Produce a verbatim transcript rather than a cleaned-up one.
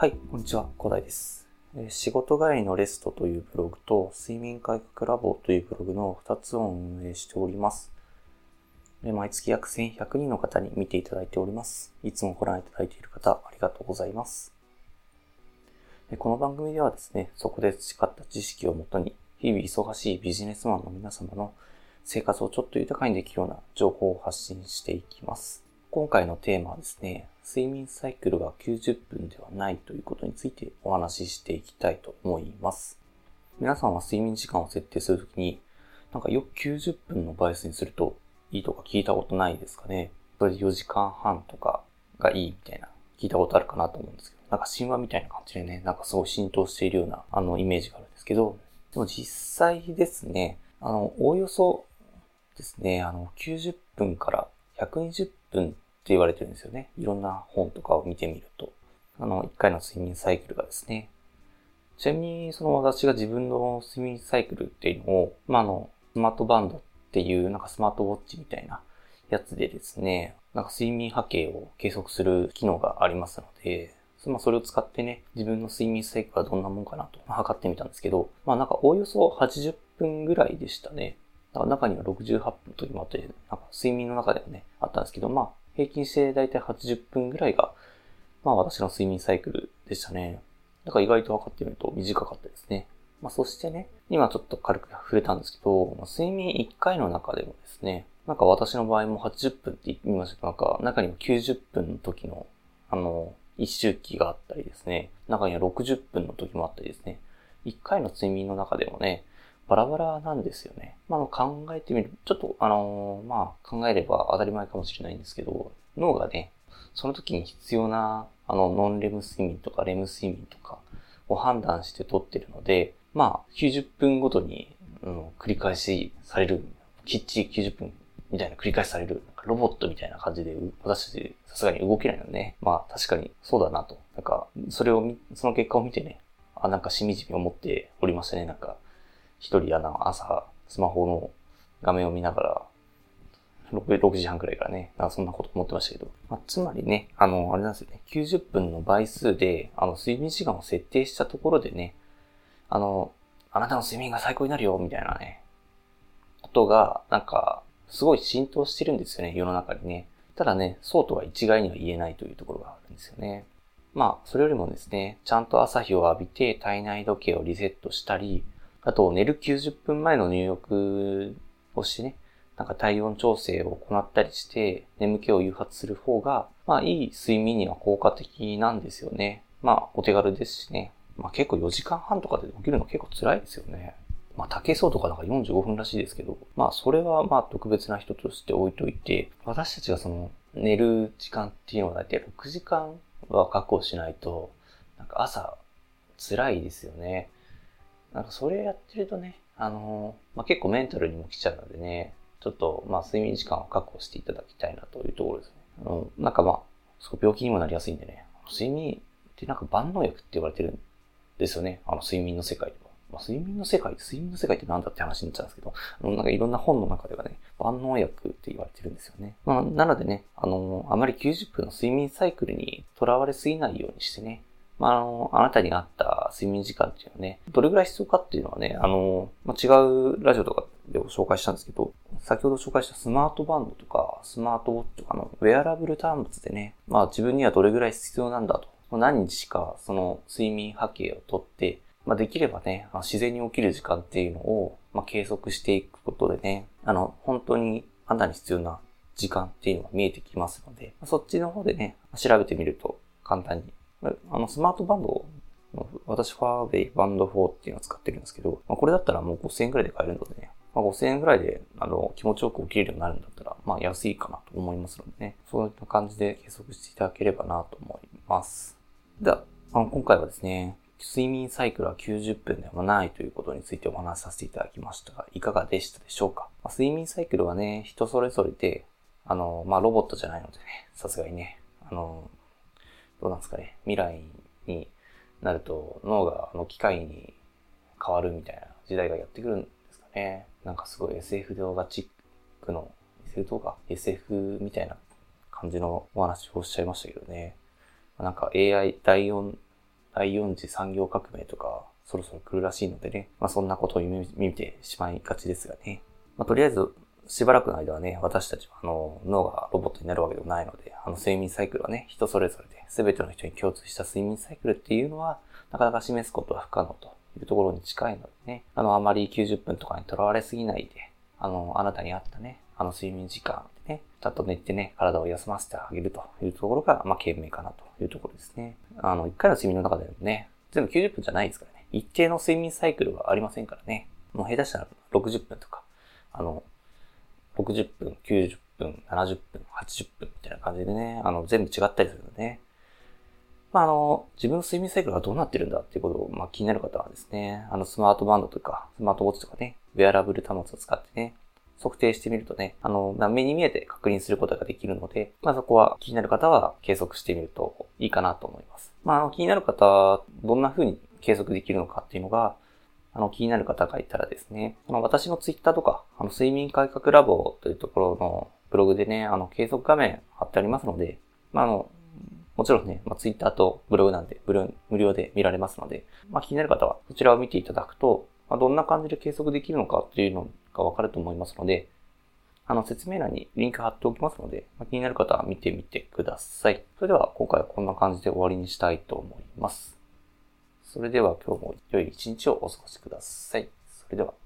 はい、こんにちは、小田井です。仕事帰りのレストというブログと睡眠改革ラボというブログのふたつを運営しております。毎月約せんひゃくにんの方に見ていただいております。いつもご覧いただいている方、ありがとうございます。この番組ではですね、そこで培った知識をもとに、日々忙しいビジネスマンの皆様の生活をちょっと豊かにできるような情報を発信していきます。今回のテーマはですね、睡眠サイクルがきゅうじゅっぷんではないということについてお話ししていきたいと思います。皆さんは睡眠時間を設定するときに、なんかよくきゅうじゅっぷんの倍数にするといいとか聞いたことないですかね。それでよじかんはんとかがいいみたいな聞いたことあるかなと思うんですけど、なんか神話みたいな感じでね、なんかすごい浸透しているようなあのイメージがあるんですけど、でも実際ですね、あの、おおよそですね、あの、きゅうじゅっぷんからひゃくにじゅっぷんって言われてるんですよね。いろんな本とかを見てみると。あの、いっかいの睡眠サイクルがですね。ちなみに、その私が自分の睡眠サイクルっていうのを、まあ、あの、スマートバンドっていう、なんかスマートウォッチみたいなやつでですね、なんか睡眠波形を計測する機能がありますので、まあ、それを使ってね、自分の睡眠サイクルはどんなもんかなと測ってみたんですけど、まあなんかおおよそはちじゅっぷんぐらいでしたね。だから中にはろくじゅうはっぷんの時もあって、なんか睡眠の中ではね、あったんですけど、まあ平均してだいたいはちじゅっぷんぐらいが、まあ私の睡眠サイクルでしたね。だから意外と測ってみると短かったですね。まあそしてね、今ちょっと軽く触れたんですけど、睡眠いっかいの中でもですね、なんか私の場合もはちじゅっぷんって言いましたけど、なんか中にはきゅうじゅっぷんの時の、あの、一周期があったりですね、中にはろくじゅっぷんの時もあったりですね、いっかいの睡眠の中でもね、バラバラなんですよね。まあ、考えてみる、ちょっと、あのー、まあ、考えれば当たり前かもしれないんですけど、脳がね、その時に必要な、あの、ノンレム睡眠とかレム睡眠とかを判断して取ってるので、まあ、きゅうじゅっぷんごとに、うん、繰り返しされる、きっちりきゅうじゅっぷんみたいな繰り返しされる、ロボットみたいな感じで、私たちさすがに動けないのでね。まあ確かにそうだなと。なんか、それをみ、その結果を見てね、あ、なんかしみじみ思っておりましたね。なんか、一人あの、朝、スマホの画面を見ながら、ろく, ろくじはんくらいからね、なんかそんなこと思ってましたけど。まあ、つまりね、あの、あれなんですよね、きゅうじゅっぷんの倍数で、あの、睡眠時間を設定したところでね、あの、あなたの睡眠が最高になるよ、みたいなね、ことが、なんか、すごい浸透してるんですよね、世の中にね。ただね、そうとは一概には言えないというところがあるんですよね。まあ、それよりもですね、ちゃんと朝日を浴びて体内時計をリセットしたり、あと寝るきゅうじゅっぷんまえの入浴をしてね、なんか体温調整を行ったりして、眠気を誘発する方が、まあいい睡眠には効果的なんですよね。まあお手軽ですしね。まあ結構よじかんはんとかで起きるの結構辛いですよね。まあ、竹層とかなんかよんじゅうごふんらしいですけど、まあ、それはまあ、特別な人として置いといて、私たちがその、寝る時間っていうのはだいたいろくじかんは確保しないと、なんか朝、辛いですよね。なんかそれやってるとね、あの、まあ、結構メンタルにも来ちゃうのでね、ちょっと、まあ、睡眠時間を確保していただきたいなというところですね。あの、なんかまあ、すごい病気にもなりやすいんでね、睡眠ってなんか万能薬って言われてるんですよね。あの、睡眠の世界では。まあ、睡眠の世界、睡眠の世界ってなんだって話になっちゃうんですけど、あのなんかいろんな本の中ではね、万能薬って言われてるんですよね。まあ、なのでね、あの、あまりきゅうじゅっぷんの睡眠サイクルにとらわれすぎないようにしてね、まあ、あの、あなたに合った睡眠時間っていうのはね、どれぐらい必要かっていうのはね、あの、まあ、違うラジオとかでご紹介したんですけど、先ほど紹介したスマートバンドとか、スマートウォッチとかのウェアラブル端末でね、まあ自分にはどれぐらい必要なんだと、何日かその睡眠波形をとって、まあ、できればね、自然に起きる時間っていうのを、まあ、計測していくことでね、あの、本当にあなたに必要な時間っていうのが見えてきますので、そっちの方でね、調べてみると簡単に。あの、スマートバンドを、私ファーウェイバンドフォーっていうのを使ってるんですけど、まあ、これだったらもうごせんえんくらいで買えるのでね、まあ、ごせんえんくらいで、あの、気持ちよく起きれるようになるんだったら、まあ、安いかなと思いますのでね、そういった感じで計測していただければなと思います。では、あの今回はですね、睡眠サイクルはきゅうじゅっぷんではないということについてお話しさせていただきましたが、いかがでしたでしょうか。まあ、睡眠サイクルはね、人それぞれで、あの、まあ、ロボットじゃないのでね、さすがにね、あの、どうなんですかね、未来になると脳があの機械に変わるみたいな時代がやってくるんですかね。なんかすごい エスエフ 動画チックの、エスエフ 動画 エスエフ みたいな感じのお話をしちゃいましたけどね。なんか エーアイ、だいよんだいよん次産業革命とかそろそろ来るらしいのでね、まあそんなことを夢見てしまいがちですがね。まあとりあえずしばらくの間はね、私たちはあの脳がロボットになるわけでもないので、あの睡眠サイクルはね、人それぞれで全ての人に共通した睡眠サイクルっていうのはなかなか示すことは不可能というところに近いのでね、あのあまりきゅうじゅっぷんとかにとらわれすぎないで、あのあなたに合ったね、あの睡眠時間でね、ちゃんと寝てね、体を休ませてあげるというところが、まあ、賢明かなというところですね。あの、いっかいの睡眠の中でもね、全部きゅうじゅっぷんじゃないですからね。一定の睡眠サイクルはありませんからね。もう下手したらろくじゅっぷんとか、あの、ろくじゅっぷん、きゅうじゅっぷん、ななじゅっぷん、はちじゅっぷんみたいな感じでね、あの、全部違ったりするのでね。まあ、あの、自分の睡眠サイクルがどうなってるんだっていうことを、まあ、気になる方はですね、あの、スマートバンドとか、スマートウォッチとかね、ウェアラブル端末を使ってね、測定してみるとね、あの、目に見えて確認することができるので、まあそこは気になる方は計測してみるといいかなと思います。まあ、あの気になる方、どんな風に計測できるのかっていうのが、あの気になる方がいたらですね、あの私のツイッターとか、あの睡眠改革ラボというところのブログでね、あの計測画面貼ってありますので、まああの、もちろんね、まあ、ツイッターとブログなんで無料で見られますので、まあ気になる方はそちらを見ていただくと、まあ、どんな感じで計測できるのかっていうのがわかると思いますので、あの説明欄にリンク貼っておきますので、まあ、気になる方は見てみてください。それでは今回はこんな感じで終わりにしたいと思います。それでは今日も良い一日をお過ごしください。それでは。